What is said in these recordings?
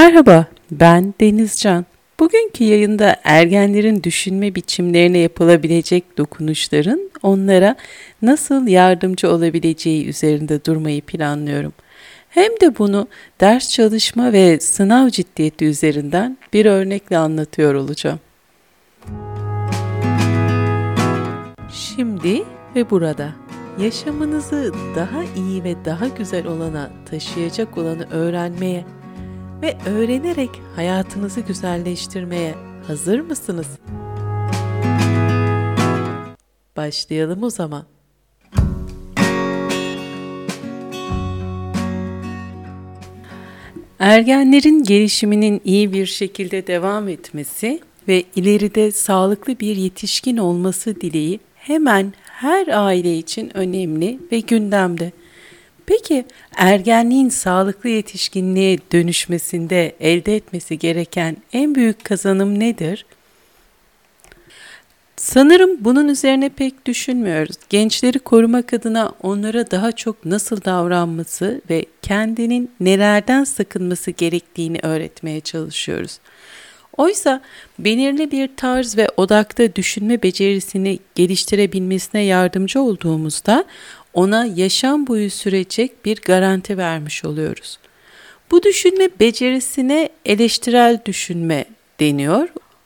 Merhaba, ben Denizcan. Bugünkü yayında ergenlerin düşünme biçimlerine yapılabilecek dokunuşların onlara nasıl yardımcı olabileceği üzerinde durmayı planlıyorum. Hem de bunu ders çalışma ve sınav ciddiyeti üzerinden bir örnekle anlatıyor olacağım. Şimdi ve burada yaşamınızı daha iyi ve daha güzel olana taşıyacak olanı öğrenmeye ve öğrenerek hayatınızı güzelleştirmeye hazır mısınız? Başlayalım o zaman. Ergenlerin gelişiminin iyi bir şekilde devam etmesi ve ileride sağlıklı bir yetişkin olması dileği hemen her aile için önemli ve gündemde. Peki ergenliğin sağlıklı yetişkinliğe dönüşmesinde elde etmesi gereken en büyük kazanım nedir? Sanırım bunun üzerine pek düşünmüyoruz. Gençleri korumak adına onlara daha çok nasıl davranması ve kendinin nelerden sakınması gerektiğini öğretmeye çalışıyoruz. Oysa belirli bir tarz ve odakta düşünme becerisini geliştirebilmesine yardımcı olduğumuzda ona yaşam boyu sürecek bir garanti vermiş oluyoruz. Bu düşünme becerisine eleştirel düşünme deniyor.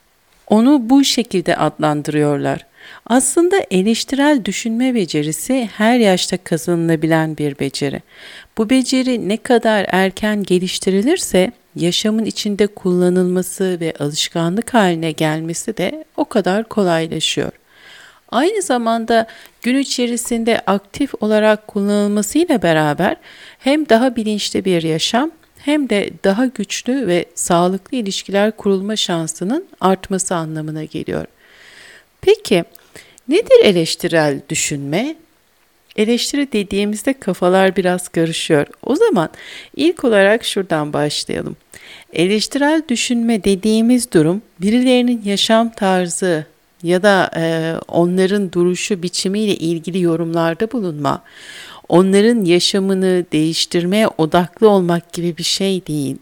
Onu bu şekilde adlandırıyorlar. Aslında eleştirel düşünme becerisi her yaşta kazanılabilen bir beceri. Bu beceri ne kadar erken geliştirilirse yaşamın içinde kullanılması ve alışkanlık haline gelmesi de o kadar kolaylaşıyor. Aynı zamanda gün içerisinde aktif olarak kullanılmasıyla beraber hem daha bilinçli bir yaşam hem de daha güçlü ve sağlıklı ilişkiler kurulma şansının artması anlamına geliyor. Peki nedir eleştirel düşünme? Eleştiri dediğimizde kafalar biraz karışıyor. O zaman ilk olarak şuradan başlayalım. Eleştirel düşünme dediğimiz durum birilerinin yaşam tarzı ya da onların duruşu biçimiyle ilgili yorumlarda bulunma, onların yaşamını değiştirmeye odaklı olmak gibi bir şey değil.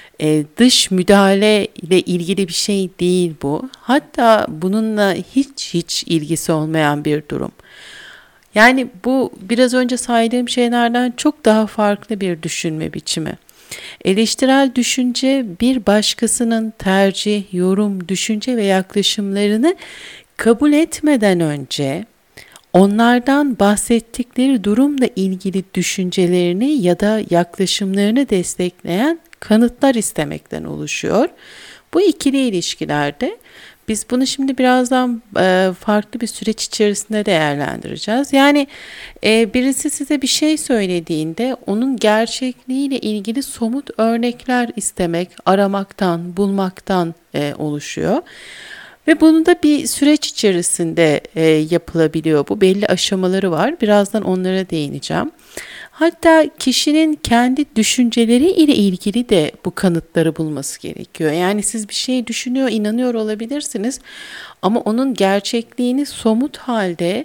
Dış müdahale ile ilgili bir şey değil bu. Hatta bununla hiç ilgisi olmayan bir durum. Yani bu biraz önce saydığım şeylerden çok daha farklı bir düşünme biçimi. Eleştirel düşünce bir başkasının tercih, yorum, düşünce ve yaklaşımlarını kabul etmeden önce onlardan bahsettikleri durumla ilgili düşüncelerini ya da yaklaşımlarını destekleyen kanıtlar istemekten oluşuyor. Bu ikili ilişkilerde biz bunu şimdi birazdan farklı bir süreç içerisinde değerlendireceğiz. Yani birisi size bir şey söylediğinde onun gerçekliğiyle ilgili somut örnekler istemek, aramaktan, bulmaktan oluşuyor. Ve bunu da bir süreç içerisinde yapılabiliyor. Bu belli aşamaları var. Birazdan onlara değineceğim. Hatta kişinin kendi düşünceleri ile ilgili de bu kanıtları bulması gerekiyor. Yani siz bir şey düşünüyor, inanıyor olabilirsiniz ama onun gerçekliğini somut halde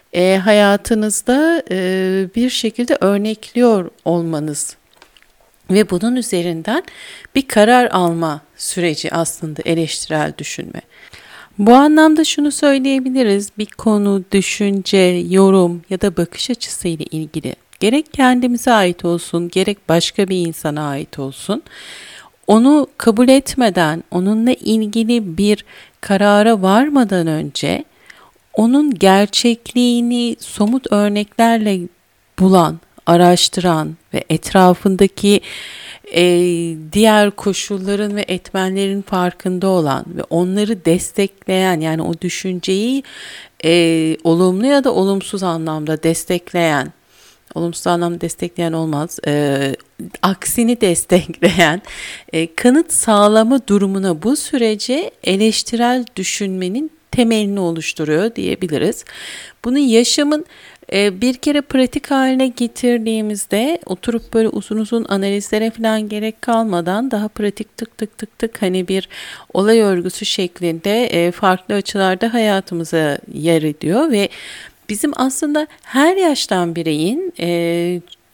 hayatınızda bir şekilde örnekliyor olmanız ve bunun üzerinden bir karar alma süreci aslında eleştirel düşünme. Bu anlamda şunu söyleyebiliriz, bir konu, düşünce, yorum ya da bakış açısı ile ilgili gerek kendimize ait olsun, gerek başka bir insana ait olsun, onu kabul etmeden, onunla ilgili bir karara varmadan önce, onun gerçekliğini somut örneklerle bulan, araştıran ve etrafındaki diğer koşulların ve etmenlerin farkında olan ve onları destekleyen, yani o düşünceyi olumlu ya da olumsuz anlamda destekleyen, olumsuz anlamda destekleyen olmaz, aksini destekleyen kanıt sağlama durumuna, bu sürece eleştirel düşünmenin temelini oluşturuyor diyebiliriz. Bunu yaşamın bir kere pratik haline getirdiğimizde oturup böyle uzun analizlere falan gerek kalmadan daha pratik tık hani bir olay örgüsü şeklinde farklı açılarda hayatımıza yer ediyor ve bizim aslında her yaştan bireyin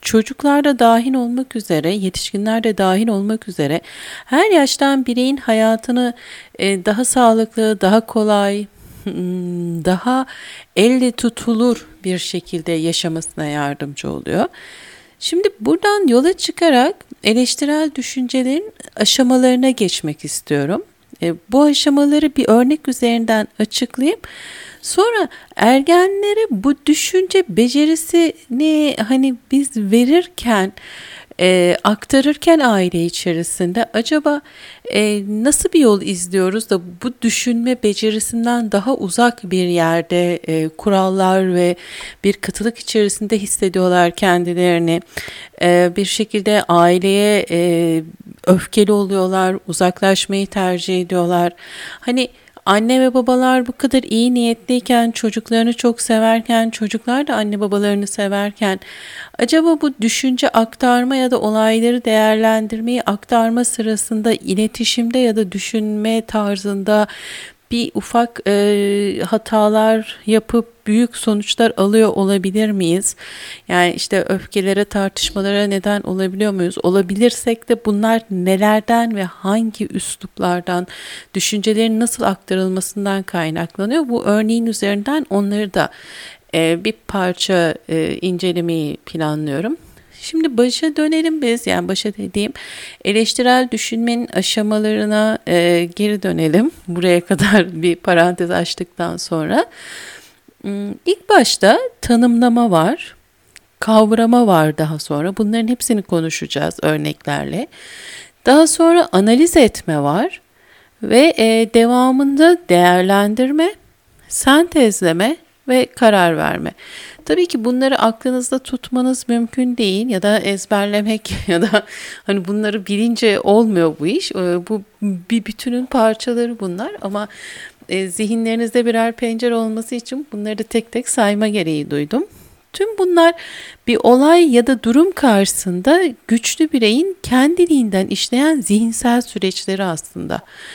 çocuklar da dahil olmak üzere, yetişkinler de dahil olmak üzere her yaştan bireyin hayatını daha sağlıklı, daha kolay, daha elle tutulur bir şekilde yaşamasına yardımcı oluyor. Şimdi buradan yola çıkarak eleştirel düşüncelerin aşamalarına geçmek istiyorum. Bu aşamaları bir örnek üzerinden açıklayayım. Sonra ergenlere bu düşünce becerisini hani biz verirken, aktarırken aile içerisinde acaba nasıl bir yol izliyoruz da bu düşünme becerisinden daha uzak bir yerde kurallar ve bir katılık içerisinde hissediyorlar kendilerini. Bir şekilde aileye öfkeli oluyorlar, uzaklaşmayı tercih ediyorlar. Hani anne ve babalar bu kadar iyi niyetliyken, çocuklarını çok severken, çocuklar da anne babalarını severken, acaba bu düşünce aktarma ya da olayları değerlendirmeyi aktarma sırasında iletişimde ya da düşünme tarzında bir ufak hatalar yapıp büyük sonuçlar alıyor olabilir miyiz? Yani işte öfkelere, tartışmalara neden olabiliyor muyuz? Olabilirsek de bunlar nelerden ve hangi üsluplardan, düşüncelerin nasıl aktarılmasından kaynaklanıyor? Bu örneğin üzerinden onları da bir parça incelemeyi planlıyorum. Şimdi başa dönelim biz, yani başa dediğim eleştirel düşünmenin aşamalarına geri dönelim. Buraya kadar bir parantez açtıktan sonra. İlk başta tanımlama var, kavrama var daha sonra. Bunların hepsini konuşacağız örneklerle. Daha sonra analiz etme var ve devamında değerlendirme, sentezleme ve karar verme. Tabii ki bunları aklınızda tutmanız mümkün değil ya da ezberlemek ya da hani bunları bilince olmuyor bu iş. Bu bir bütünün parçaları bunlar ama zihinlerinizde birer pencere olması için bunları da tek tek sayma gereği duydum. Tüm bunlar bir olay ya da durum karşısında güçlü bireyin kendiliğinden işleyen zihinsel süreçleri aslında.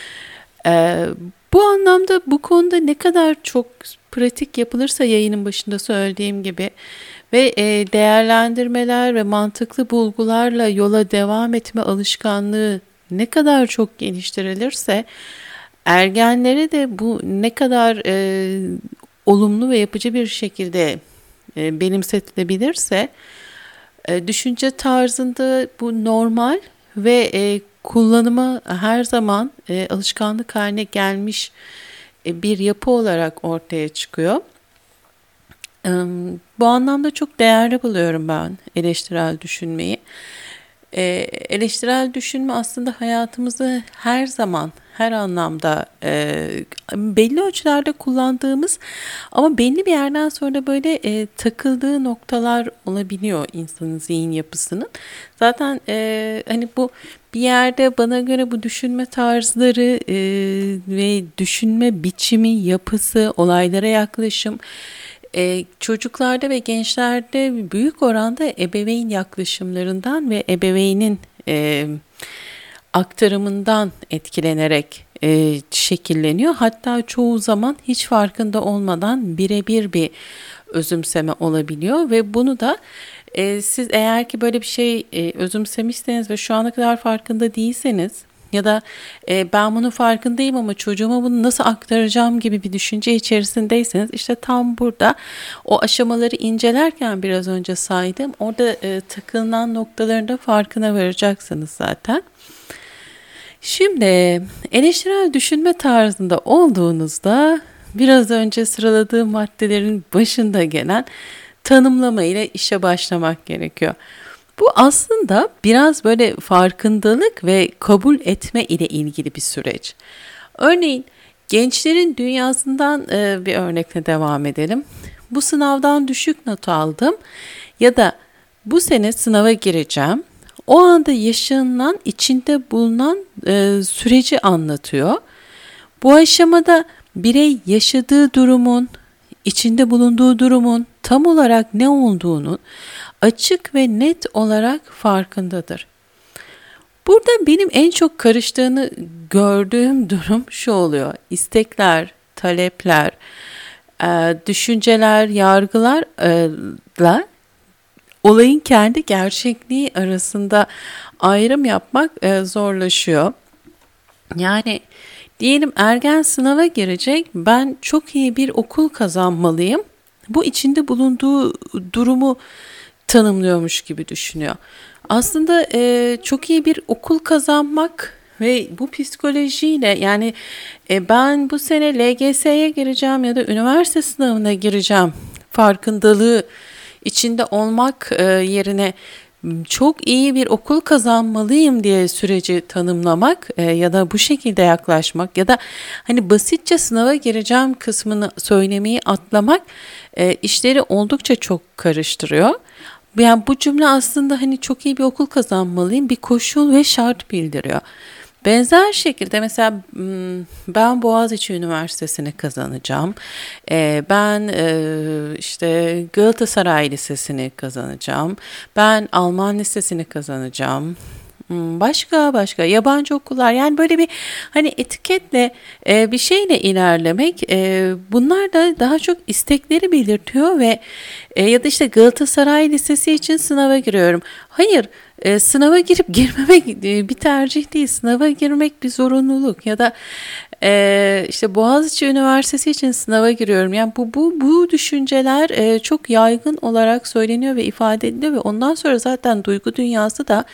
Bu anlamda bu konuda ne kadar çok pratik yapılırsa yayının başında söylediğim gibi ve değerlendirmeler ve mantıklı bulgularla yola devam etme alışkanlığı ne kadar çok geliştirilirse ergenlere de bu ne kadar olumlu ve yapıcı bir şekilde benimsetilebilirse düşünce tarzında bu normal ve kullanıma her zaman alışkanlık haline gelmiş bir yapı olarak ortaya çıkıyor. Bu anlamda çok değerli buluyorum ben eleştirel düşünmeyi. Eleştirel düşünme aslında hayatımızı her zaman, her anlamda belli ölçülerde kullandığımız ama belli bir yerden sonra böyle takıldığı noktalar olabiliyor insanın zihin yapısının. Zaten hani bu bir yerde bana göre bu düşünme tarzları ve düşünme biçimi, yapısı, olaylara yaklaşım çocuklarda ve gençlerde büyük oranda ebeveyn yaklaşımlarından ve ebeveynin aktarımından etkilenerek şekilleniyor. Hatta çoğu zaman hiç farkında olmadan birebir bir özümseme olabiliyor ve bunu da siz eğer ki böyle bir şey özümsemişseniz ve şu ana kadar farkında değilseniz ya da ben bunun farkındayım ama çocuğuma bunu nasıl aktaracağım gibi bir düşünce içerisindeyseniz işte tam burada o aşamaları incelerken biraz önce saydım orada takılan noktaların da farkına varacaksınız zaten. Şimdi eleştirel düşünme tarzında olduğunuzda biraz önce sıraladığım maddelerin başında gelen tanımlama ile işe başlamak gerekiyor. Bu aslında biraz böyle farkındalık ve kabul etme ile ilgili bir süreç. Örneğin gençlerin dünyasından bir örnekle devam edelim. Bu sınavdan düşük not aldım ya da bu sene sınava gireceğim. O anda yaşanılan, içinde bulunan süreci anlatıyor. Bu aşamada birey yaşadığı durumun, içinde bulunduğu durumun tam olarak ne olduğunu açık ve net olarak farkındadır. Burada benim en çok karıştığını gördüğüm durum şu oluyor. İstekler, talepler, düşünceler, yargılarla olayın kendi gerçekliği arasında ayrım yapmak zorlaşıyor. Yani diyelim ergen sınava girecek, ben çok iyi bir okul kazanmalıyım. Bu içinde bulunduğu durumu tanımlıyormuş gibi düşünüyor. Aslında çok iyi bir okul kazanmak ve bu psikolojiyle yani ben bu sene LGS'ye gireceğim ya da üniversite sınavına gireceğim farkındalığı içinde olmak yerine çok iyi bir okul kazanmalıyım diye süreci tanımlamak ya da bu şekilde yaklaşmak ya da hani basitçe sınava gireceğim kısmını söylemeyi atlamak işleri oldukça çok karıştırıyor. Yani bu cümle aslında hani çok iyi bir okul kazanmalıyım bir koşul ve şart bildiriyor. Benzer şekilde mesela ben Boğaziçi Üniversitesi'ni kazanacağım. Ben işte Galatasaray Lisesi'ni kazanacağım. Ben Alman Lisesi'ni kazanacağım. Başka yabancı okullar yani böyle bir hani etiketle bir şeyle ilerlemek bunlar da daha çok istekleri belirtiyor ve ya da işte Galatasaray Lisesi için sınava giriyorum. Hayır, sınava girip girmemek bir tercih değil, sınava girmek bir zorunluluk ya da işte Boğaziçi Üniversitesi için sınava giriyorum. Yani bu düşünceler çok yaygın olarak söyleniyor ve ifade ediliyor ve ondan sonra zaten duygu dünyası da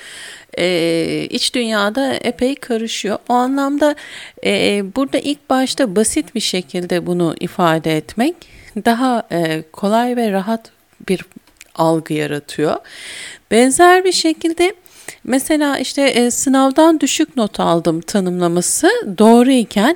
iç dünyada epey karışıyor. O anlamda burada ilk başta basit bir şekilde bunu ifade etmek daha kolay ve rahat bir algı yaratıyor. Benzer bir şekilde mesela işte sınavdan düşük not aldım tanımlaması doğru iken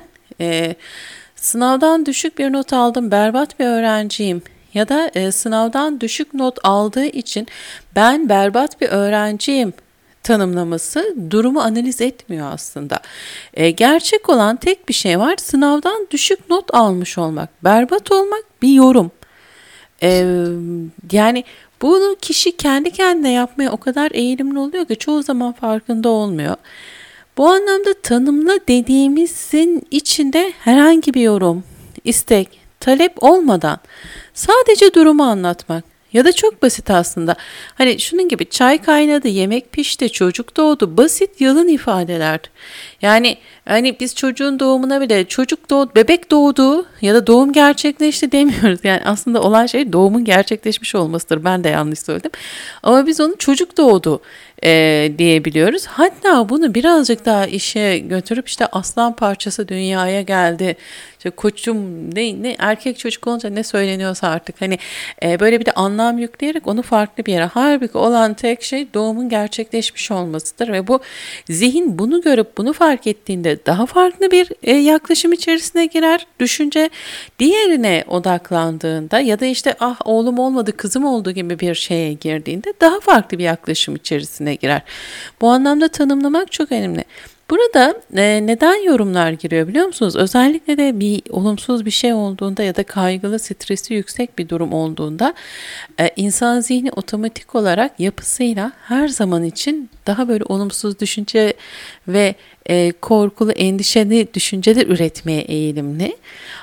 sınavdan düşük bir not aldım, berbat bir öğrenciyim ya da sınavdan düşük not aldığı için ben berbat bir öğrenciyim tanımlaması durumu analiz etmiyor aslında. Gerçek olan tek bir şey var. Sınavdan düşük not almış olmak, berbat olmak bir yorum. Yani bunu kişi kendi kendine yapmaya o kadar eğilimli oluyor ki çoğu zaman farkında olmuyor. Bu anlamda tanımla dediğimizin içinde herhangi bir yorum, istek, talep olmadan sadece durumu anlatmak. Ya da çok basit aslında. Hani şunun gibi çay kaynadı, yemek pişti, çocuk doğdu. Basit yalın ifadeler. Yani hani biz çocuğun doğumuna bile çocuk doğdu, bebek doğdu ya da doğum gerçekleşti demiyoruz. Yani aslında olan şey doğumun gerçekleşmiş olmasıdır. Ben de yanlış söyledim. Ama biz onu çocuk doğdu diyebiliyoruz. Hatta bunu birazcık daha işe götürüp işte aslan parçası dünyaya geldi. İşte koçum ne erkek çocuk olunca ne söyleniyorsa artık hani böyle bir de anlam yükleyerek onu farklı bir yere. Halbuki olan tek şey doğumun gerçekleşmiş olmasıdır ve bu zihin bunu görüp bunu fark ettiğinde daha farklı bir yaklaşım içerisine girer. Düşünce diğerine odaklandığında ya da işte ah oğlum olmadı kızım oldu gibi bir şeye girdiğinde daha farklı bir yaklaşım içerisine girer. Bu anlamda tanımlamak çok önemli. Burada neden yorumlar giriyor biliyor musunuz? Özellikle de bir olumsuz bir şey olduğunda ya da kaygılı, stresi yüksek bir durum olduğunda insan zihni otomatik olarak yapısıyla her zaman için daha böyle olumsuz düşünce ve korkulu, endişeli düşünceler üretmeye eğilimli.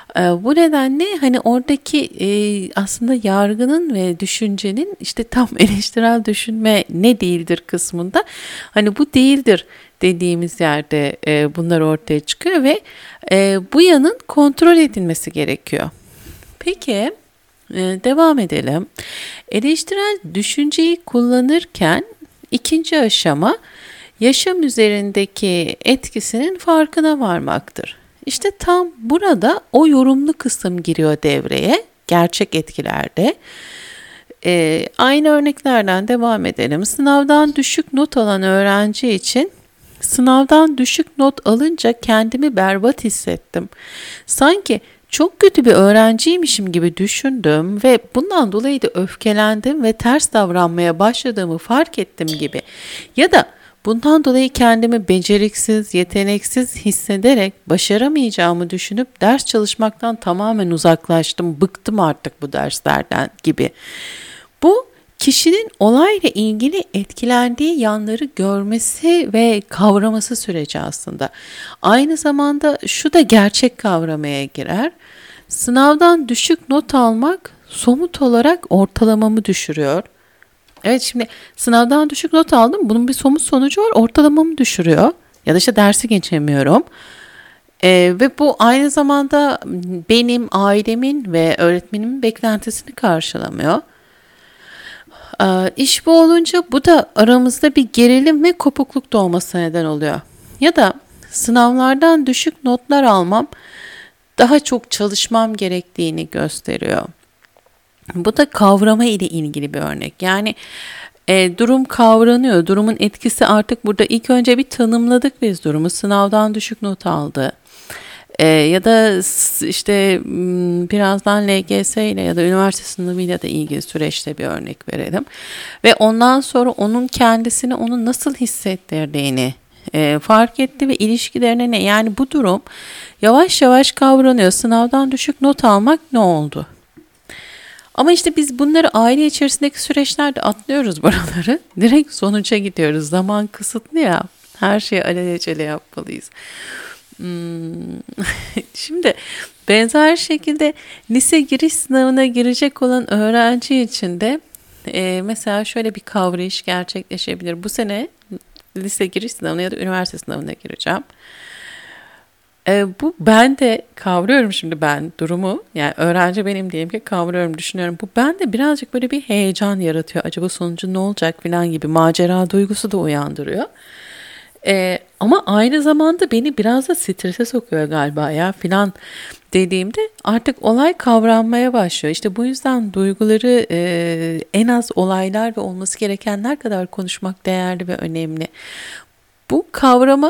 Bu nedenle hani oradaki aslında yargının ve düşüncenin işte tam eleştirel düşünme ne değildir kısmında hani bu değildir dediğimiz yerde bunlar ortaya çıkıyor ve bu yanın kontrol edilmesi gerekiyor. Peki devam edelim. Eleştirel düşünceyi kullanırken ikinci aşama yaşam üzerindeki etkisinin farkına varmaktır. İşte tam burada o yorumlu kısım giriyor devreye, gerçek etkilerde. Aynı örneklerden devam edelim. Sınavdan düşük not alan öğrenci için sınavdan düşük not alınca kendimi berbat hissettim. Sanki çok kötü bir öğrenciymişim gibi düşündüm ve bundan dolayı da öfkelendim ve ters davranmaya başladığımı fark ettim gibi. Ya da bundan dolayı kendimi beceriksiz, yeteneksiz hissederek başaramayacağımı düşünüp ders çalışmaktan tamamen uzaklaştım, bıktım artık bu derslerden gibi. Bu kişinin olayla ilgili etkilendiği yanları görmesi ve kavraması süreci aslında. Aynı zamanda şu da gerçek kavramaya girer. Sınavdan düşük not almak somut olarak ortalamamı düşürüyor. Evet, şimdi sınavdan düşük not aldım. Bunun bir somut sonucu var. Ortalamamı düşürüyor. Ya da işte dersi geçemiyorum. Ve bu aynı zamanda benim, ailemin ve öğretmenimin beklentisini karşılamıyor. İş bu olunca bu da aramızda bir gerilim ve kopukluk doğmasına neden oluyor. Ya da sınavlardan düşük notlar almam daha çok çalışmam gerektiğini gösteriyor. Bu da kavrama ile ilgili bir örnek. Yani durum kavranıyor. Durumun etkisi artık burada ilk önce bir tanımladık biz durumu. Sınavdan düşük not aldı. Ya da işte birazdan LGS ile ya da üniversite sınavıyla da ilgili süreçte bir örnek verelim. Ve ondan sonra onun kendisini onu nasıl hissettirdiğini fark etti ve ilişkilerine ne? Yani bu durum yavaş yavaş kavranıyor. Sınavdan düşük not almak ne oldu? Ama işte biz bunları aile içerisindeki süreçlerde atlıyoruz buraları. Direkt sonuca gidiyoruz. Zaman kısıtlı ya. Her şeyi alelacele yapmalıyız. Şimdi benzer şekilde lise giriş sınavına girecek olan öğrenci için de mesela şöyle bir kavrayış gerçekleşebilir. Bu sene lise giriş sınavına ya da üniversite sınavına gireceğim. Bu ben de kavruyorum şimdi ben durumu. Yani öğrenci benim diyelim ki kavruyorum, düşünüyorum. Bu bende birazcık böyle bir heyecan yaratıyor. Acaba sonucu ne olacak falan gibi macera duygusu da uyandırıyor. Ama aynı zamanda beni biraz da strese sokuyor galiba ya filan dediğimde artık olay kavranmaya başlıyor. İşte bu yüzden duyguları en az olaylar ve olması gerekenler kadar konuşmak değerli ve önemli. Bu kavrama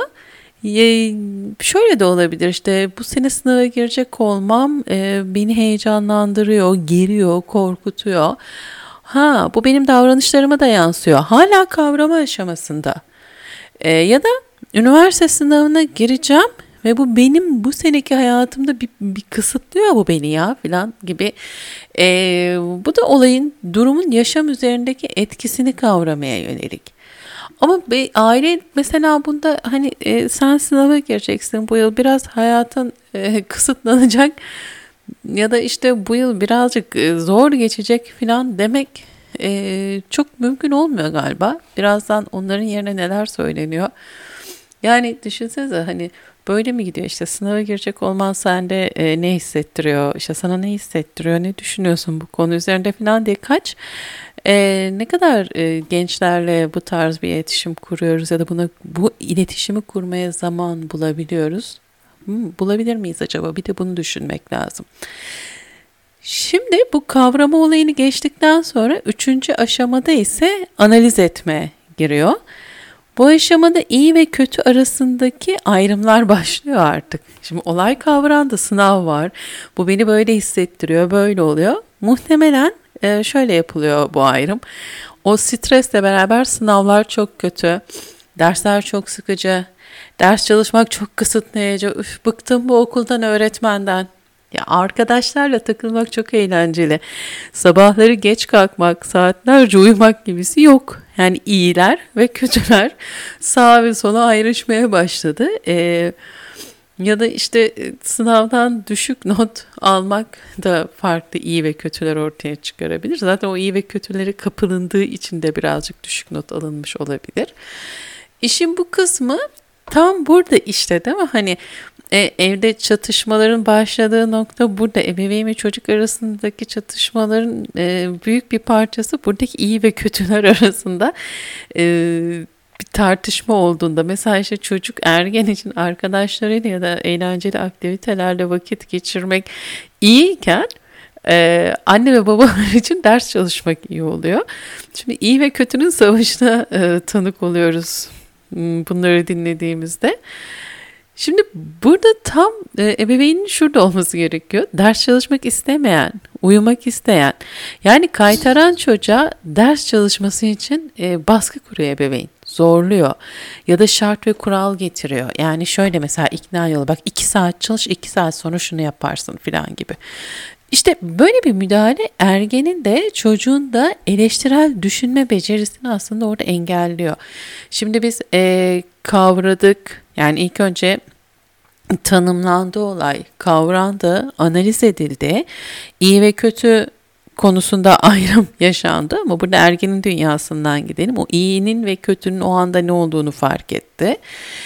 şöyle de olabilir, işte bu sene sınava girecek olmam beni heyecanlandırıyor, geriyor, korkutuyor. Bu benim davranışlarıma da yansıyor. Hala kavrama aşamasında. Ya da üniversite sınavına gireceğim ve bu benim bu seneki hayatımda bir kısıtlıyor bu beni ya filan gibi. Bu da olayın, durumun yaşam üzerindeki etkisini kavramaya yönelik. Ama bir aile mesela bunda hani sen sınava gireceksin bu yıl, biraz hayatın kısıtlanacak ya da işte bu yıl birazcık zor geçecek filan demek çok mümkün olmuyor galiba. Birazdan onların yerine neler söyleniyor. Yani düşünsenize, hani böyle mi gidiyor, işte sınava girecek olman sende ne hissettiriyor, işte sana ne hissettiriyor, ne düşünüyorsun bu konu üzerinde falan diye ne kadar gençlerle bu tarz bir iletişim kuruyoruz ya da bu iletişimi kurmaya zaman bulabiliyoruz. Bulabilir miyiz acaba? Bir de bunu düşünmek lazım. Şimdi bu kavrama olayını geçtikten sonra 3. aşamada ise analiz etme giriyor. Bu aşamada iyi ve kötü arasındaki ayrımlar başlıyor artık. Şimdi olay kavrandı, sınav var. Bu beni böyle hissettiriyor, böyle oluyor. Muhtemelen şöyle yapılıyor bu ayrım. O stresle beraber sınavlar çok kötü, dersler çok sıkıcı, ders çalışmak çok kısıtlayıcı. Üf, bıktım bu okuldan, öğretmenden. Ya arkadaşlarla takılmak çok eğlenceli. Sabahları geç kalkmak, saatlerce uyumak gibisi yok. Yani iyiler ve kötüler sağa ve sola ayrışmaya başladı. Ya da işte sınavdan düşük not almak da farklı iyi ve kötüler ortaya çıkarabilir. Zaten o iyi ve kötüleri kapılındığı için de birazcık düşük not alınmış olabilir. İşin bu kısmı tam burada işte, değil mi? Hani evde çatışmaların başladığı nokta burada. Ebeveyn ve çocuk arasındaki çatışmaların büyük bir parçası buradaki iyi ve kötüler arasında bir tartışma olduğunda. Mesela işte çocuk, ergen için arkadaşlarıyla ya da eğlenceli aktivitelerle vakit geçirmek iyiyken anne ve babalar için ders çalışmak iyi oluyor. Şimdi iyi ve kötünün savaşına tanık oluyoruz bunları dinlediğimizde. Şimdi burada tam ebeveynin şurada olması gerekiyor. Ders çalışmak istemeyen, uyumak isteyen, yani kaytaran çocuğa ders çalışması için baskı kuruyor ebeveyn. Zorluyor ya da şart ve kural getiriyor. Yani şöyle mesela ikna yolu, bak 2 saat çalış, 2 saat sonra şunu yaparsın filan gibi. İşte böyle bir müdahale ergenin de çocuğun da eleştirel düşünme becerisini aslında orada engelliyor. Şimdi biz kavradık, yani ilk önce tanımlandı olay, kavrandı, analiz edildi, iyi ve kötü konusunda ayrım yaşandı ama burada ergenin dünyasından gidelim. O iyinin ve kötünün o anda ne olduğunu fark etti.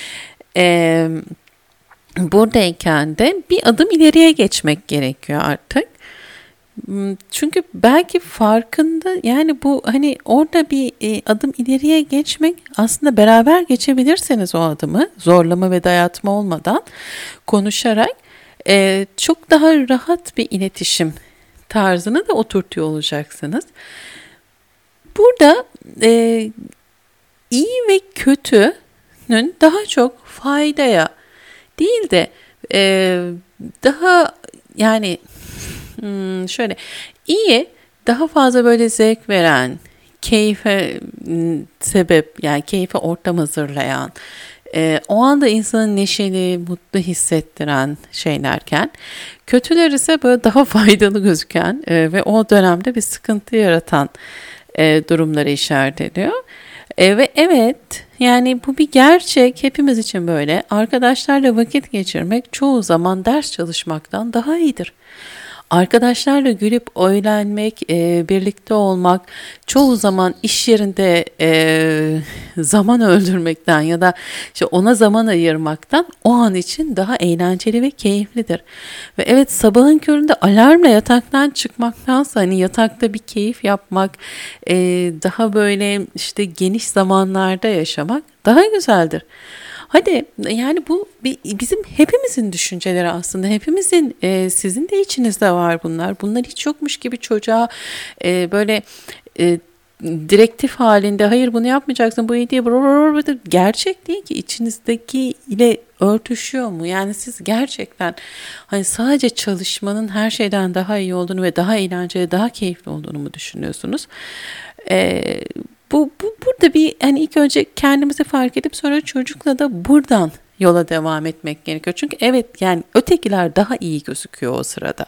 Buradayken de bir adım ileriye geçmek gerekiyor artık. Çünkü belki farkında, yani bu hani orada bir adım ileriye geçmek, aslında beraber geçebilirseniz o adımı zorlama ve dayatma olmadan konuşarak çok daha rahat bir iletişim tarzını da oturtuyor olacaksınız. Burada iyi ve kötünün daha çok faydaya değil de daha, yani şöyle, iyi daha fazla böyle zevk veren, keyfe sebep, yani keyfe ortam hazırlayan, o anda insanı neşeli, mutlu hissettiren şeylerken, kötüler ise böyle daha faydalı gözüken ve o dönemde bir sıkıntı yaratan durumları işaret ediyor. Ve evet, yani bu bir gerçek, hepimiz için böyle. Arkadaşlarla vakit geçirmek çoğu zaman ders çalışmaktan daha iyidir. Arkadaşlarla gülüp eğlenmek, birlikte olmak çoğu zaman iş yerinde zaman öldürmekten ya da işte ona zaman ayırmaktan o an için daha eğlenceli ve keyiflidir. Ve evet, sabahın köründe alarmla yataktan çıkmaktansa hani yatakta bir keyif yapmak, daha böyle işte geniş zamanlarda yaşamak daha güzeldir. Hadi, yani bu bizim hepimizin düşünceleri aslında. Hepimizin, sizin de içinizde var bunlar. Bunlar hiç yokmuş gibi çocuğa böyle direktif halinde, hayır bunu yapmayacaksın, bu iyi değil, gerçek değil ki, içinizdeki ile örtüşüyor mu? Yani siz gerçekten hani sadece çalışmanın her şeyden daha iyi olduğunu ve daha eğlenceli, daha keyifli olduğunu mu düşünüyorsunuz? Burada bir, hani ilk önce kendimizi fark edip sonra çocukla da buradan yola devam etmek gerekiyor. Çünkü evet, yani ötekiler daha iyi gözüküyor o sırada.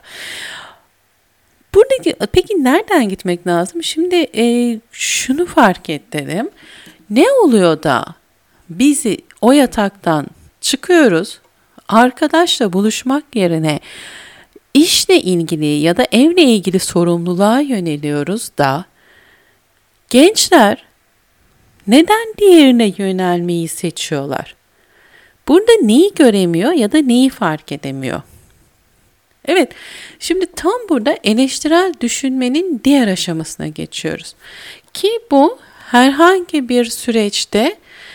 Buradaki, peki nereden gitmek lazım? Şimdi şunu fark edelim. Ne oluyor da bizi o yataktan çıkıyoruz, arkadaşla buluşmak yerine işle ilgili ya da evle ilgili sorumluluğa yöneliyoruz da gençler neden diğerine yönelmeyi seçiyorlar? Burada neyi göremiyor ya da neyi fark edemiyor? Evet, şimdi tam burada eleştirel düşünmenin diğer aşamasına geçiyoruz. Ki bu herhangi bir süreçte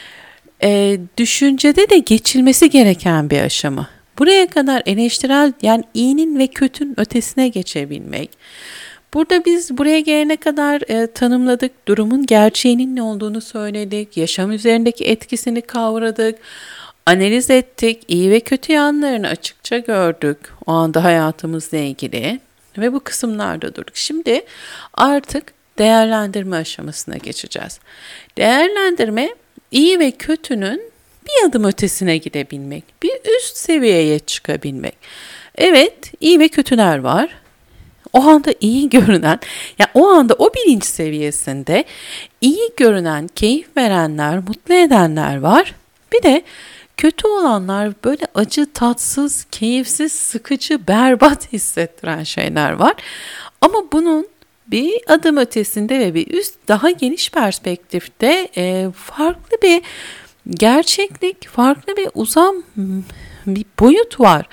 düşüncede de geçilmesi gereken bir aşama. Buraya kadar eleştirel, yani iyinin ve kötünün ötesine geçebilmek. Burada biz buraya gelene kadar tanımladık, durumun gerçeğinin ne olduğunu söyledik, yaşam üzerindeki etkisini kavradık, analiz ettik, iyi ve kötü yanlarını açıkça gördük o anda hayatımızla ilgili ve bu kısımlarda durduk. Şimdi artık değerlendirme aşamasına geçeceğiz. Değerlendirme, iyi ve kötünün bir adım ötesine gidebilmek, bir üst seviyeye çıkabilmek. Evet, iyi ve kötüler var. O anda iyi görünen, yani o anda o bilinç seviyesinde iyi görünen, keyif verenler, mutlu edenler var. Bir de kötü olanlar, böyle acı, tatsız, keyifsiz, sıkıcı, berbat hissettiren şeyler var. Ama bunun bir adım ötesinde ve bir üst, daha geniş perspektifte farklı bir gerçeklik, farklı bir uzam, bir boyut var.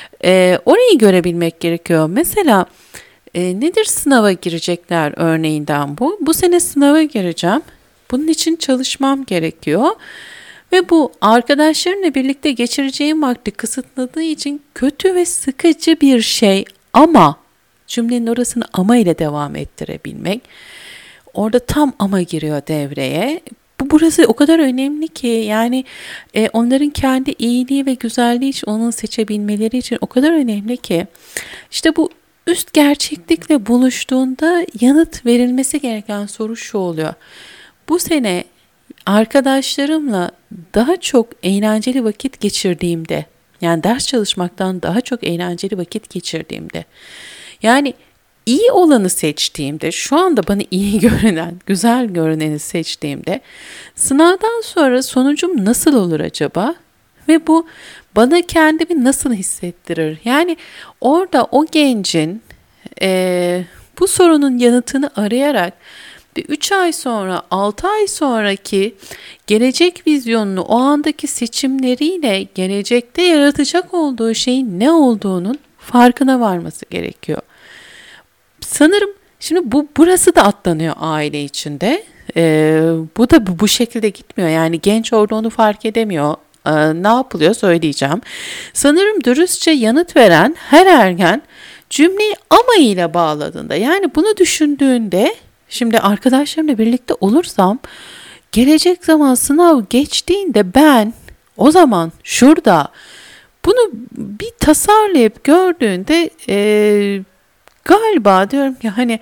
Orayı görebilmek gerekiyor. Mesela nedir sınava girecekler örneğinden bu? Bu sene sınava gireceğim. Bunun için çalışmam gerekiyor. Ve bu arkadaşlarımla birlikte geçireceğim vakti kısıtladığı için kötü ve sıkıcı bir şey, ama cümlenin orasını ama ile devam ettirebilmek. Orada tam ama giriyor devreye. Burası o kadar önemli ki, yani onların kendi iyiliği ve güzelliği için, onun seçebilmeleri için o kadar önemli ki, işte bu üst gerçeklikle buluştuğunda yanıt verilmesi gereken soru şu oluyor. Bu sene arkadaşlarımla daha çok eğlenceli vakit geçirdiğimde, yani ders çalışmaktan daha çok eğlenceli vakit geçirdiğimde, yani iyi olanı seçtiğimde, şu anda bana iyi görünen, güzel görüneni seçtiğimde, sınavdan sonra sonucum nasıl olur acaba? Ve bu bana kendimi nasıl hissettirir? Yani orada o gencin bu sorunun yanıtını arayarak bir 3 ay sonra, 6 ay sonraki gelecek vizyonunu o andaki seçimleriyle gelecekte yaratacak olduğu şeyin ne olduğunun farkına varması gerekiyor. Sanırım şimdi burası da atlanıyor aile içinde. Bu da bu şekilde gitmiyor. Yani genç orada onu fark edemiyor. Ne yapılıyor söyleyeceğim. Sanırım dürüstçe yanıt veren her ergen cümleyi ama ile bağladığında, yani bunu düşündüğünde, şimdi arkadaşlarımla birlikte olursam gelecek zaman sınav geçtiğinde ben o zaman şurada bunu bir tasarlayıp gördüğünde galiba diyorum ki hani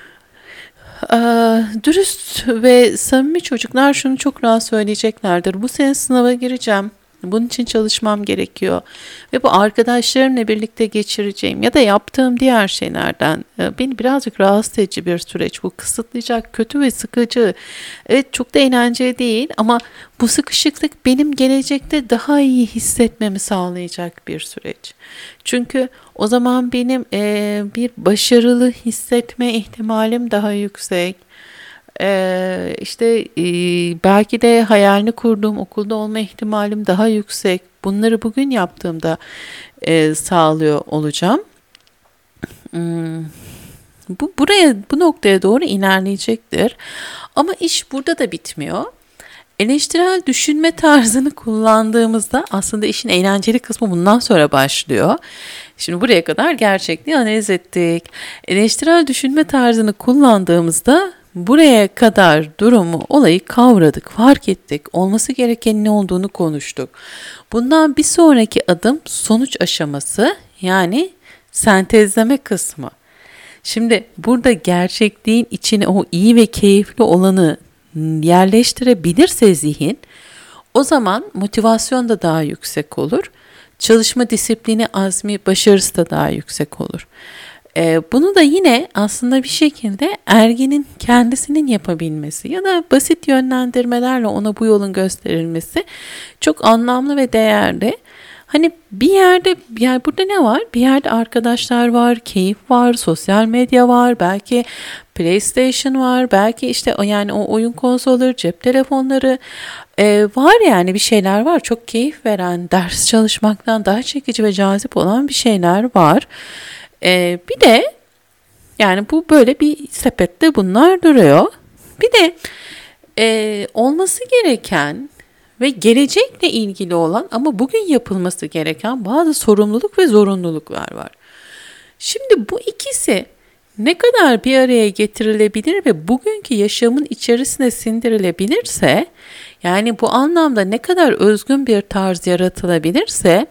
dürüst ve samimi çocuklar şunu çok rahat söyleyeceklerdir. Bu sene sınava gireceğim. Bunun için çalışmam gerekiyor. Ve bu arkadaşlarımla birlikte geçireceğim ya da yaptığım diğer şeylerden beni birazcık rahatsız edici bir süreç. Bu kısıtlayacak, kötü ve sıkıcı. Evet, çok da eğlenceli değil ama bu sıkışıklık benim gelecekte daha iyi hissetmemi sağlayacak bir süreç. Çünkü o zaman benim bir başarılı hissetme ihtimalim daha yüksek. Belki de hayalini kurduğum okulda olma ihtimalim daha yüksek. Bunları bugün yaptığımda sağlıyor olacağım. Bu noktaya doğru ilerleyecektir. Ama iş burada da bitmiyor. Eleştirel düşünme tarzını kullandığımızda aslında işin eğlenceli kısmı bundan sonra başlıyor. Şimdi buraya kadar gerçekliği analiz ettik. Eleştirel düşünme tarzını kullandığımızda buraya kadar durumu, olayı kavradık, fark ettik, olması gereken ne olduğunu konuştuk. Bundan bir sonraki adım sonuç aşaması, yani sentezleme kısmı. Şimdi burada gerçekliğin içine o iyi ve keyifli olanı yerleştirebilirse zihin, o zaman motivasyon da daha yüksek olur. Çalışma disiplini, azmi, başarısı da daha yüksek olur. Bunu da yine aslında bir şekilde ergenin kendisinin yapabilmesi ya da basit yönlendirmelerle ona bu yolun gösterilmesi çok anlamlı ve değerli. Hani bir yerde, yani burada ne var? Bir yerde arkadaşlar var, keyif var, sosyal medya var, belki PlayStation var, belki işte yani o oyun konsolları, cep telefonları var, yani bir şeyler var. Çok keyif veren, ders çalışmaktan daha çekici ve cazip olan bir şeyler var. Bir de yani bu böyle bir sepette bunlar duruyor. Bir de olması gereken ve gelecekle ilgili olan ama bugün yapılması gereken bazı sorumluluk ve zorunluluklar var. Şimdi bu ikisi ne kadar bir araya getirilebilir ve bugünkü yaşamın içerisine sindirilebilirse, yani bu anlamda ne kadar özgün bir tarz yaratılabilirse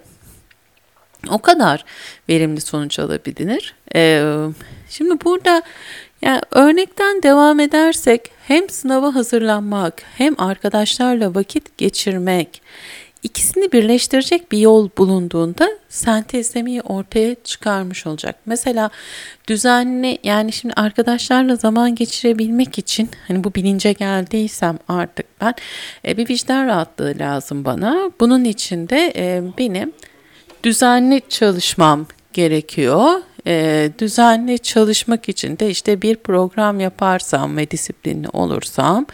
o kadar verimli sonuç alabilir. Şimdi burada yani örnekten devam edersek, hem sınava hazırlanmak hem arkadaşlarla vakit geçirmek, ikisini birleştirecek bir yol bulunduğunda sentezlemeyi ortaya çıkarmış olacak. Mesela düzenli, yani şimdi arkadaşlarla zaman geçirebilmek için hani bu bilince geldiysem artık ben bir vicdan rahatlığı lazım bana. Bunun için de benim düzenli çalışmam gerekiyor. Düzenli çalışmak için de işte bir program yaparsam ve disiplinli olursam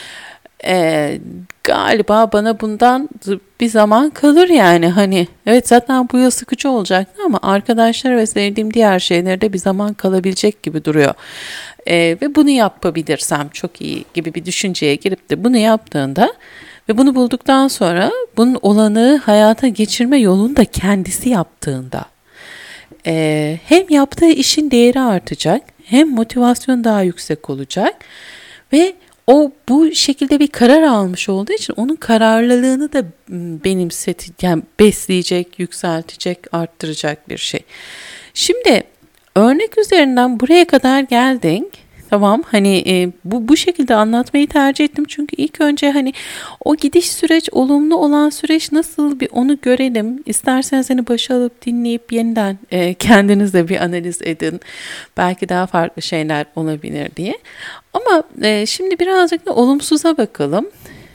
galiba bana bundan bir zaman kalır yani. Hani evet, zaten bu yıl sıkıcı olacaktı ama arkadaşlar ve sevdiğim diğer şeylerde bir zaman kalabilecek gibi duruyor. Ve bunu yapabilirsem çok iyi gibi bir düşünceye girip de bunu yaptığında ve bunu bulduktan sonra bunun olanağı hayata geçirme yolunu da kendisi yaptığında hem yaptığı işin değeri artacak, hem motivasyon daha yüksek olacak ve o bu şekilde bir karar almış olduğu için onun kararlılığını da yani besleyecek, yükseltecek, arttıracak bir şey. Şimdi örnek üzerinden buraya kadar geldik. Tamam, hani bu şekilde anlatmayı tercih ettim çünkü ilk önce hani o gidiş süreç, olumlu olan süreç nasıl, bir onu görelim. İsterseniz hani başa alıp dinleyip yeniden kendiniz de bir analiz edin. Belki daha farklı şeyler olabilir diye. Ama şimdi birazcık da olumsuza bakalım.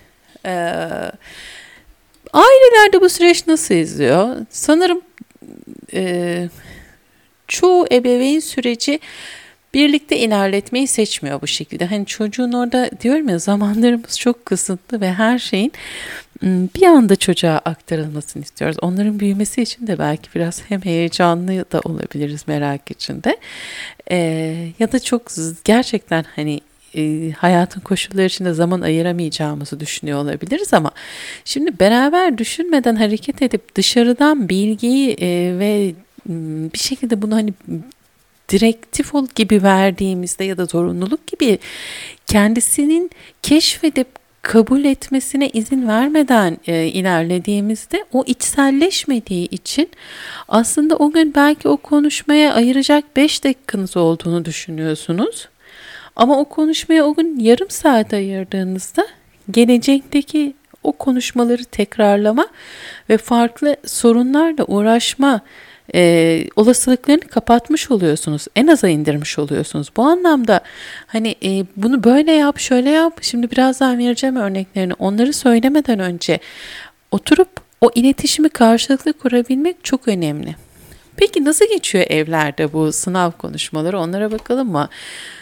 Ailelerde bu süreç nasıl izliyor? Sanırım çoğu ebeveyn süreci birlikte ilerletmeyi seçmiyor bu şekilde. Hani çocuğun orada diyorum ya, zamanlarımız çok kısıtlı ve her şeyin bir anda çocuğa aktarılmasını istiyoruz. Onların büyümesi için de belki biraz hem heyecanlı da olabiliriz, merak içinde. Ya da çok gerçekten hani hayatın koşulları içinde zaman ayıramayacağımızı düşünüyor olabiliriz ama şimdi beraber düşünmeden hareket edip dışarıdan bilgiyi ve bir şekilde bunu hani direktif gibi verdiğimizde ya da zorunluluk gibi kendisinin keşfedip kabul etmesine izin vermeden ilerlediğimizde o içselleşmediği için aslında o gün belki o konuşmaya ayıracak 5 dakikanız olduğunu düşünüyorsunuz. Ama o konuşmaya o gün yarım saat ayırdığınızda gelecekteki o konuşmaları tekrarlama ve farklı sorunlarla uğraşma olasılıklarını kapatmış oluyorsunuz. En aza indirmiş oluyorsunuz. Bu anlamda hani bunu böyle yap, şöyle yap. Şimdi birazdan vereceğim örneklerini. Onları söylemeden önce oturup o iletişimi karşılıklı kurabilmek çok önemli. Peki nasıl geçiyor evlerde bu sınav konuşmaları? Onlara bakalım mı?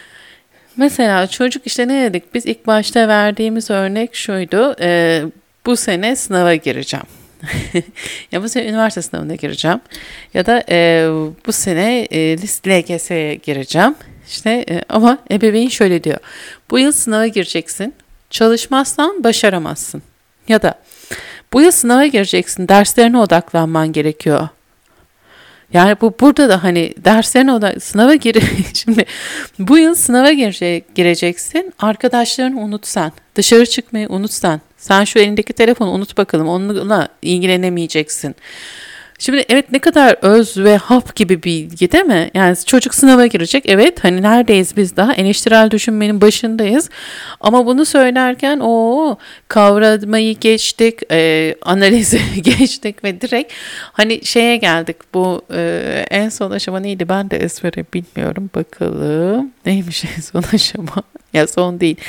Mesela çocuk işte ne dedik? Biz ilk başta verdiğimiz örnek şuydu. Bu sene sınava gireceğim. Ya bu sene üniversite sınavına gireceğim. Ya da bu sene LGS'ye gireceğim. İşte ama ebeveyn şöyle diyor. Bu yıl sınava gireceksin. Çalışmazsan başaramazsın. Ya da bu yıl sınava gireceksin. Derslerine odaklanman gerekiyor. Yani bu burada da hani derslerine sınava şimdi bu yıl sınava gireceksin. Arkadaşlarını unut sen. Dışarı çıkmayı unut sen. Sen şu elindeki telefonu unut bakalım. Onunla ilgilenemeyeceksin. Şimdi evet, ne kadar öz ve hap gibi bilgi değil mi? Yani çocuk sınava girecek. Evet, hani neredeyiz biz daha? Eleştirel düşünmenin başındayız. Ama bunu söylerken kavramayı geçtik, analizi geçtik ve direkt hani şeye geldik. Bu en son aşama neydi? Ben de ezbere bilmiyorum. Bakalım. Neymiş en son aşama? Ya son değil.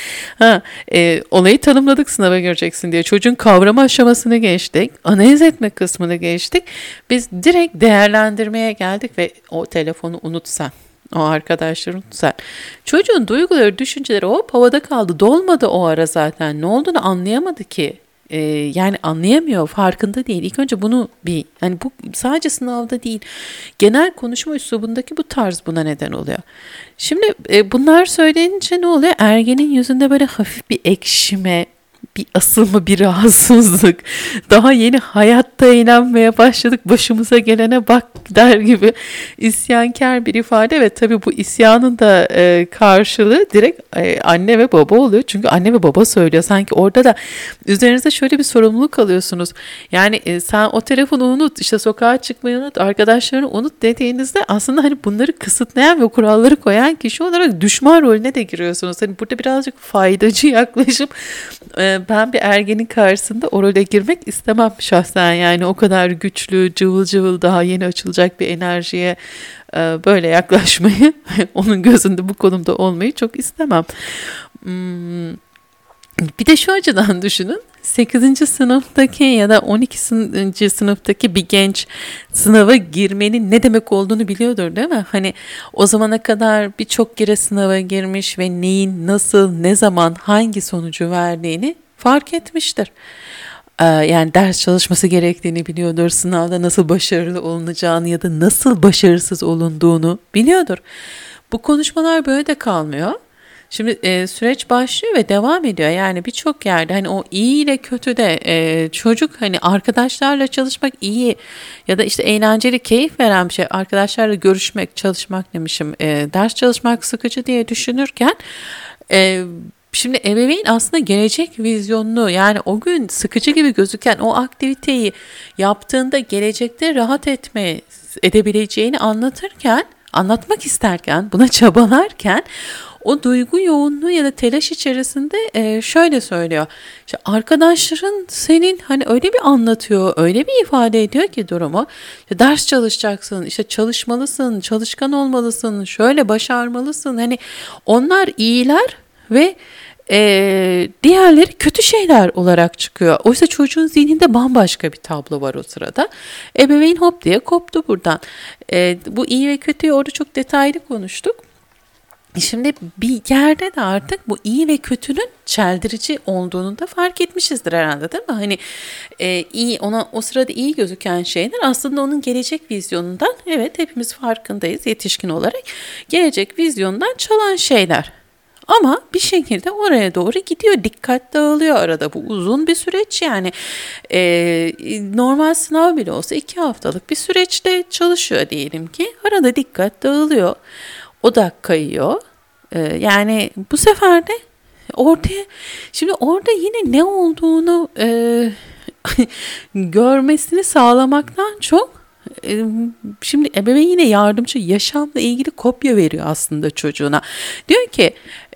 Olayı tanımladık, sınava gireceksin diye. Çocuğun kavrama aşamasını geçtik. Analiz etme kısmını geçtik. Biz direkt değerlendirmeye geldik ve o telefonu unut sen. O arkadaşları unut sen. Çocuğun duyguları, düşünceleri hop havada kaldı. Dolmadı o ara zaten. Ne olduğunu anlayamadı ki. Yani anlayamıyor, farkında değil. İlk önce bunu hani bu sadece sınavda değil, genel konuşma üslubundaki bu tarz buna neden oluyor. Şimdi bunlar söylenince ne oluyor? Ergenin yüzünde böyle hafif bir ekşime, bir asılma, bir rahatsızlık. Daha yeni hayatta eğlenmeye başladık, başımıza gelene bak der gibi isyankar bir ifade ve tabii bu isyanın da karşılığı direkt anne ve baba oluyor. Çünkü anne ve baba söylüyor. Sanki orada da üzerinize şöyle bir sorumluluk alıyorsunuz. Yani sen o telefonu unut, işte sokağa çıkmayı unut, arkadaşlarını unut dediğinizde aslında hani bunları kısıtlayan ve kuralları koyan kişi olarak düşman rolüne de giriyorsunuz. Hani burada birazcık faydacı yaklaşıp ben bir ergenin karşısında o role girmek istemem şahsen. Yani o kadar güçlü, cıvıl cıvıl, daha yeni açılacak bir enerjiye böyle yaklaşmayı, onun gözünde bu konumda olmayı çok istemem. Bir de şu açıdan düşünün. 8. sınıftaki ya da 12. sınıftaki bir genç sınava girmenin ne demek olduğunu biliyordur değil mi? Hani o zamana kadar birçok kere sınava girmiş ve neyin, nasıl, ne zaman, hangi sonucu verdiğini fark etmiştir. Yani ders çalışması gerektiğini biliyordur, sınavda nasıl başarılı olunacağını ya da nasıl başarısız olunduğunu biliyordur. Bu konuşmalar böyle de kalmıyor. Şimdi süreç başlıyor ve devam ediyor. Yani birçok yerde hani o iyi ile kötü de çocuk hani arkadaşlarla çalışmak iyi ya da işte eğlenceli, keyif veren bir şey. Arkadaşlarla görüşmek, çalışmak demişim. Ders çalışmak sıkıcı diye düşünürken şimdi ebeveyn aslında gelecek vizyonunu, yani o gün sıkıcı gibi gözüken o aktiviteyi yaptığında gelecekte rahat edebileceğini anlatmak isterken, buna çabalarken o duygu yoğunluğu ya da telaş içerisinde şöyle söylüyor. İşte arkadaşların senin hani öyle bir anlatıyor, öyle bir ifade ediyor ki durumu. İşte ders çalışacaksın, işte çalışmalısın, çalışkan olmalısın, şöyle başarmalısın. Hani onlar iyiler ve diğerleri kötü şeyler olarak çıkıyor. Oysa çocuğun zihninde bambaşka bir tablo var o sırada. Ebeveyn hop diye koptu buradan. Bu iyi ve kötüyü orada çok detaylı konuştuk. Şimdi bir yerde de artık bu iyi ve kötünün çeldirici olduğunu da fark etmişizdir herhalde, değil mi? Hani iyi, ona o sırada iyi gözüken şeyler aslında onun gelecek vizyonundan, evet hepimiz farkındayız yetişkin olarak, gelecek vizyondan çalan şeyler. Ama bir şekilde oraya doğru gidiyor. Dikkat dağılıyor arada. Bu uzun bir süreç yani. Normal sınav bile olsa 2 haftalık bir süreçte çalışıyor diyelim ki. Arada dikkat dağılıyor. Odak kayıyor. Yani bu sefer de ortaya, şimdi orada yine ne olduğunu görmesini sağlamaktan çok şimdi ebeveyn yine yardımcı yaşamla ilgili kopya veriyor aslında çocuğuna. Diyor ki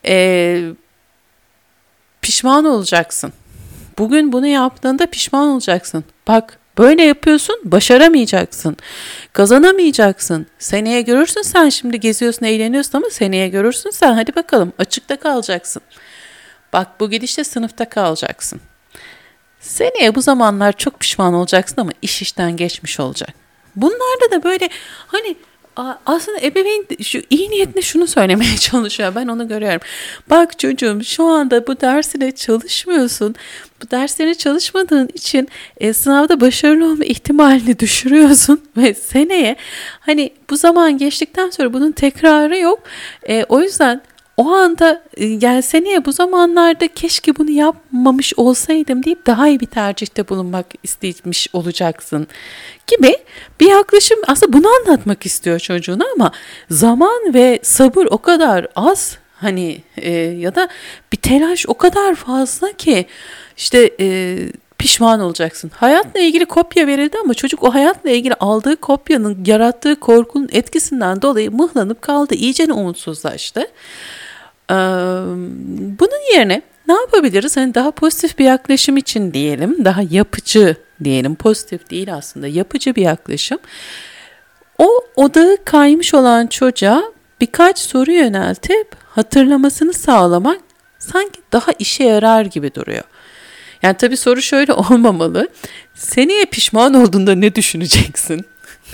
pişman olacaksın. Bugün bunu yaptığında pişman olacaksın. Bak böyle yapıyorsun, başaramayacaksın. Kazanamayacaksın. Seneye görürsün, sen şimdi geziyorsun, eğleniyorsun ama seneye görürsün sen, hadi bakalım açıkta kalacaksın. Bak bu gidişle sınıfta kalacaksın. Seneye bu zamanlar çok pişman olacaksın ama iş işten geçmiş olacak. Bunlarda da böyle hani aslında ebeveyn şu iyi niyetle şunu söylemeye çalışıyor. Ben onu görüyorum. Bak çocuğum, şu anda bu dersine çalışmıyorsun. Bu derslerine çalışmadığın için sınavda başarılı olma ihtimalini düşürüyorsun. Ve seneye hani bu zaman geçtikten sonra bunun tekrarı yok. O yüzden o anda yani seneye bu zamanlarda keşke bunu yapmamış olsaydım deyip daha iyi bir tercihte bulunmak istemiş olacaksın gibi bir yaklaşım. Aslında bunu anlatmak istiyor çocuğuna ama zaman ve sabır o kadar az hani ya da bir telaş o kadar fazla ki işte pişman olacaksın. Hayatla ilgili kopya verildi ama çocuk o hayatla ilgili aldığı kopyanın yarattığı korkunun etkisinden dolayı mıhlanıp kaldı. İyice umutsuzlaştı. Bunun yerine ne yapabiliriz? Hani daha pozitif bir yaklaşım için diyelim, daha yapıcı diyelim, pozitif değil aslında, yapıcı bir yaklaşım. O odağı kaymış olan çocuğa birkaç soru yöneltip hatırlamasını sağlamak sanki daha işe yarar gibi duruyor. Yani tabii soru şöyle olmamalı. Seneye pişman olduğunda ne düşüneceksin?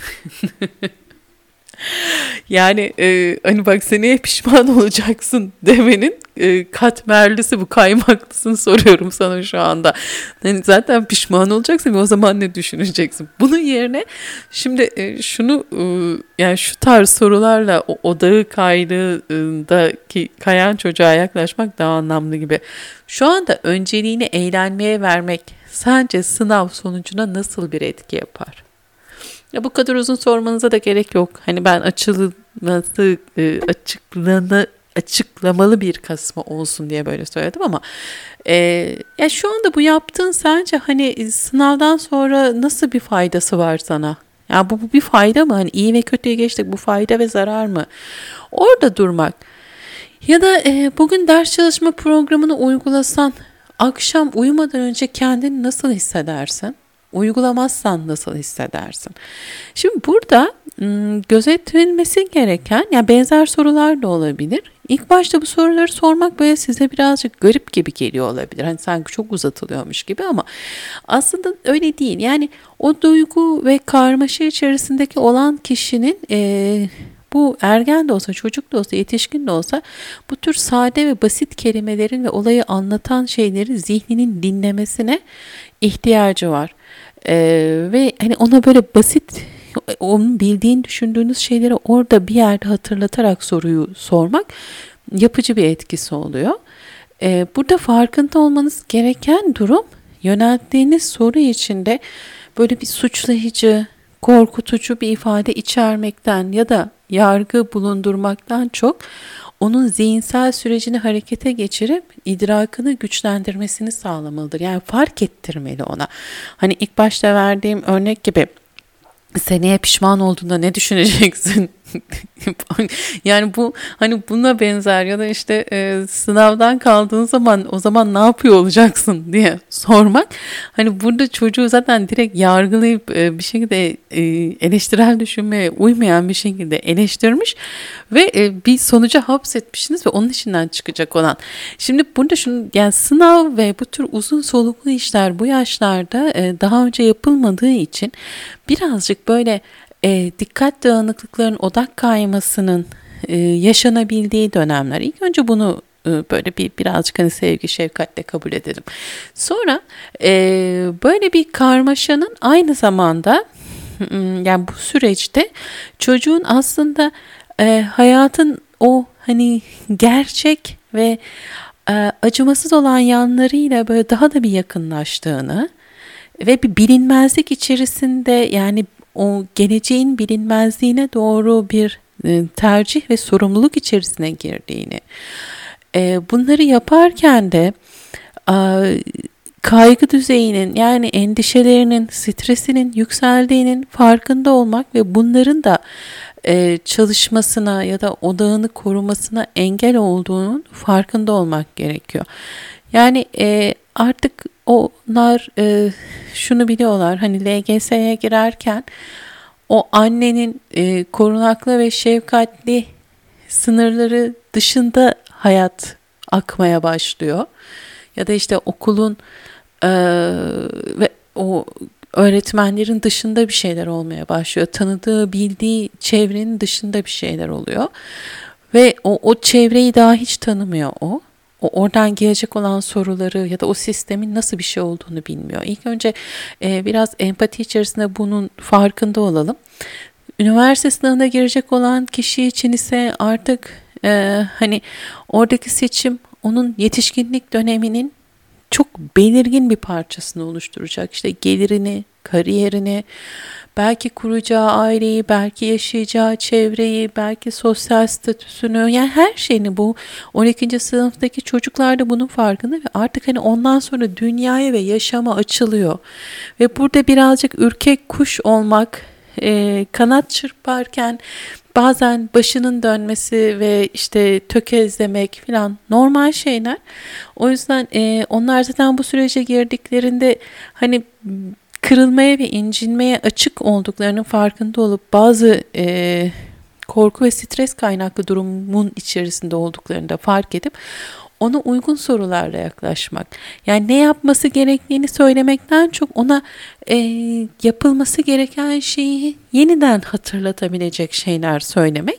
Yani hani bak seneye pişman olacaksın demenin katmerlisi, bu kaymaklısını soruyorum sana şu anda. Yani zaten pişman olacaksın ve o zaman ne düşüneceksin? Bunun yerine şimdi şunu yani şu tarz sorularla o odağı kaydığındaki kayan çocuğa yaklaşmak daha anlamlı gibi. Şu anda önceliğini eğlenmeye vermek sence sınav sonucuna nasıl bir etki yapar? Ya bu kadar uzun sormanıza da gerek yok. Hani ben açıklamalı bir kısmı olsun diye böyle söyledim ama ya şu anda bu yaptığın sence hani sınavdan sonra nasıl bir faydası var sana? Ya bu bir fayda mı? Hani iyi ve kötüye geçtik. Bu fayda ve zarar mı? Orada durmak. Ya da bugün ders çalışma programını uygulasan akşam uyumadan önce kendini nasıl hissedersin? Uygulamazsan nasıl hissedersin? Şimdi burada gözetilmesi gereken, yani benzer sorular da olabilir. İlk başta bu soruları sormak böyle size birazcık garip gibi geliyor olabilir. Hani sanki çok uzatılıyormuş gibi ama aslında öyle değil. Yani o duygu ve karmaşa içerisindeki olan kişinin bu ergen de olsa, çocuk da olsa, yetişkin de olsa bu tür sade ve basit kelimelerin ve olayı anlatan şeyleri zihninin dinlemesine ihtiyacı var. Ve hani ona böyle basit, onun bildiğini düşündüğünüz şeyleri orada bir yerde hatırlatarak soruyu sormak yapıcı bir etkisi oluyor. Burada farkında olmanız gereken durum, yönelttiğiniz soru içinde böyle bir suçlayıcı, korkutucu bir ifade içermekten ya da yargı bulundurmaktan çok onun zihinsel sürecini harekete geçirip idrakını güçlendirmesini sağlamalıdır. Yani fark ettirmeli ona. Hani ilk başta verdiğim örnek gibi, seneye pişman olduğunda ne düşüneceksin? Yani bu hani buna benzer ya da işte sınavdan kaldığın zaman o zaman ne yapıyor olacaksın diye sormak. Hani burada çocuğu zaten direkt yargılayıp bir şekilde eleştirel düşünmeye uymayan bir şekilde eleştirmiş ve bir sonuca hapsetmişsiniz ve onun içinden çıkacak olan. Şimdi burada şunu, yani sınav ve bu tür uzun soluklu işler bu yaşlarda daha önce yapılmadığı için birazcık böyle dikkat dağınıklıkların, odak kaymasının yaşanabildiği dönemler. İlk önce bunu böyle birazcık hani sevgi şefkatle kabul edelim. Sonra böyle bir karmaşanın aynı zamanda yani bu süreçte çocuğun aslında hayatın o hani gerçek ve acımasız olan yanlarıyla böyle daha da bir yakınlaştığını ve bir bilinmezlik içerisinde, yani o geleceğin bilinmezliğine doğru bir tercih ve sorumluluk içerisine girdiğini, bunları yaparken de kaygı düzeyinin, yani endişelerinin, stresinin yükseldiğinin farkında olmak ve bunların da çalışmasına ya da odağını korumasına engel olduğunun farkında olmak gerekiyor. Yani artık onlar şunu biliyorlar, hani LGS'ye girerken o annenin korunaklı ve şefkatli sınırları dışında hayat akmaya başlıyor. Ya da işte okulun ve o öğretmenlerin dışında bir şeyler olmaya başlıyor. Tanıdığı, bildiği çevrenin dışında bir şeyler oluyor. Ve o çevreyi daha hiç tanımıyor o. Oradan gelecek olan soruları ya da o sistemin nasıl bir şey olduğunu bilmiyor. İlk önce biraz empati içerisinde bunun farkında olalım. Üniversite sınavına girecek olan kişi için ise artık hani oradaki seçim onun yetişkinlik döneminin çok belirgin bir parçasını oluşturacak. İşte gelirini, kariyerini, belki kuracağı aileyi, belki yaşayacağı çevreyi, belki sosyal statüsünü, yani her şeyini. Bu 12. sınıftaki çocuklar da bunun farkında ve artık hani ondan sonra dünyaya ve yaşama açılıyor. Ve burada birazcık ürkek kuş olmak, kanat çırparken bazen başının dönmesi ve işte tökezlemek falan normal şeyler. O yüzden onlar zaten bu sürece girdiklerinde hani kırılmaya ve incinmeye açık olduklarının farkında olup bazı korku ve stres kaynaklı durumun içerisinde olduklarını da fark edip ona uygun sorularla yaklaşmak. Yani ne yapması gerektiğini söylemekten çok ona yapılması gereken şeyi yeniden hatırlatabilecek şeyler söylemek.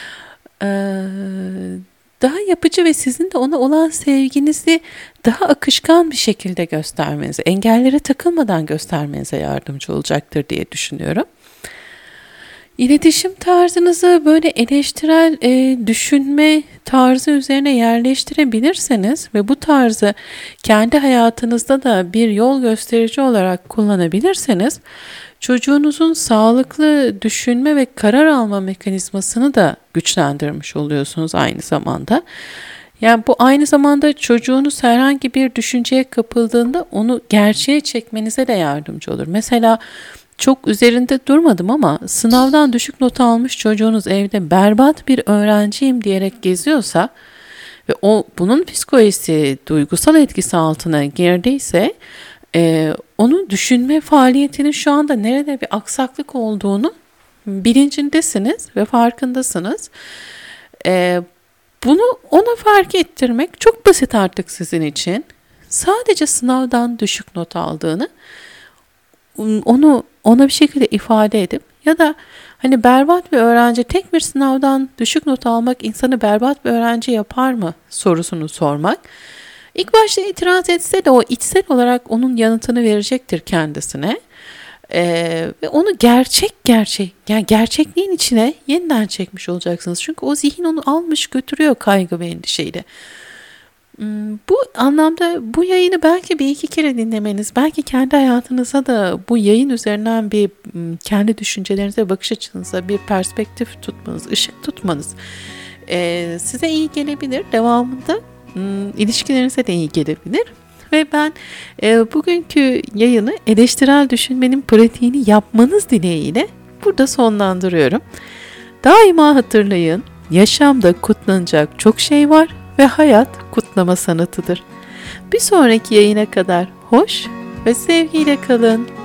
Daha yapıcı ve sizin de ona olan sevginizi daha akışkan bir şekilde göstermenize, engellere takılmadan göstermenize yardımcı olacaktır diye düşünüyorum. İletişim tarzınızı böyle eleştirel düşünme tarzı üzerine yerleştirebilirseniz ve bu tarzı kendi hayatınızda da bir yol gösterici olarak kullanabilirseniz, çocuğunuzun sağlıklı düşünme ve karar alma mekanizmasını da güçlendirmiş oluyorsunuz aynı zamanda. Yani bu aynı zamanda çocuğunuz herhangi bir düşünceye kapıldığında onu gerçeğe çekmenize de yardımcı olur. Mesela çok üzerinde durmadım ama sınavdan düşük not almış çocuğunuz evde berbat bir öğrenciyim diyerek geziyorsa ve bunun psikolojisi, duygusal etkisi altına girdiyse onun düşünme faaliyetinin şu anda nerede bir aksaklık olduğunu bilincindesiniz ve farkındasınız. Bunu ona fark ettirmek çok basit artık sizin için. Sadece sınavdan düşük not aldığını ona bir şekilde ifade edip ya da hani berbat bir öğrenci, tek bir sınavdan düşük not almak insanı berbat bir öğrenci yapar mı sorusunu sormak. İlk başta itiraz etse de o içsel olarak onun yanıtını verecektir kendisine. Ve onu yani gerçekliğin içine yeniden çekmiş olacaksınız. Çünkü o zihin onu almış götürüyor kaygı ve endişeyle. Bu anlamda bu yayını belki bir iki kere dinlemeniz, belki kendi hayatınıza da bu yayın üzerinden bir kendi düşüncelerinize, bakış açınıza bir perspektif tutmanız, ışık tutmanız size iyi gelebilir. Devamında ilişkilerinize de iyi gelebilir. Ve ben bugünkü yayını eleştirel düşünmenin pratiğini yapmanız dileğiyle burada sonlandırıyorum. Daima hatırlayın, yaşamda kutlanacak çok şey var ve hayat kutlama sanatıdır. Bir sonraki yayına kadar hoş ve sevgiyle kalın.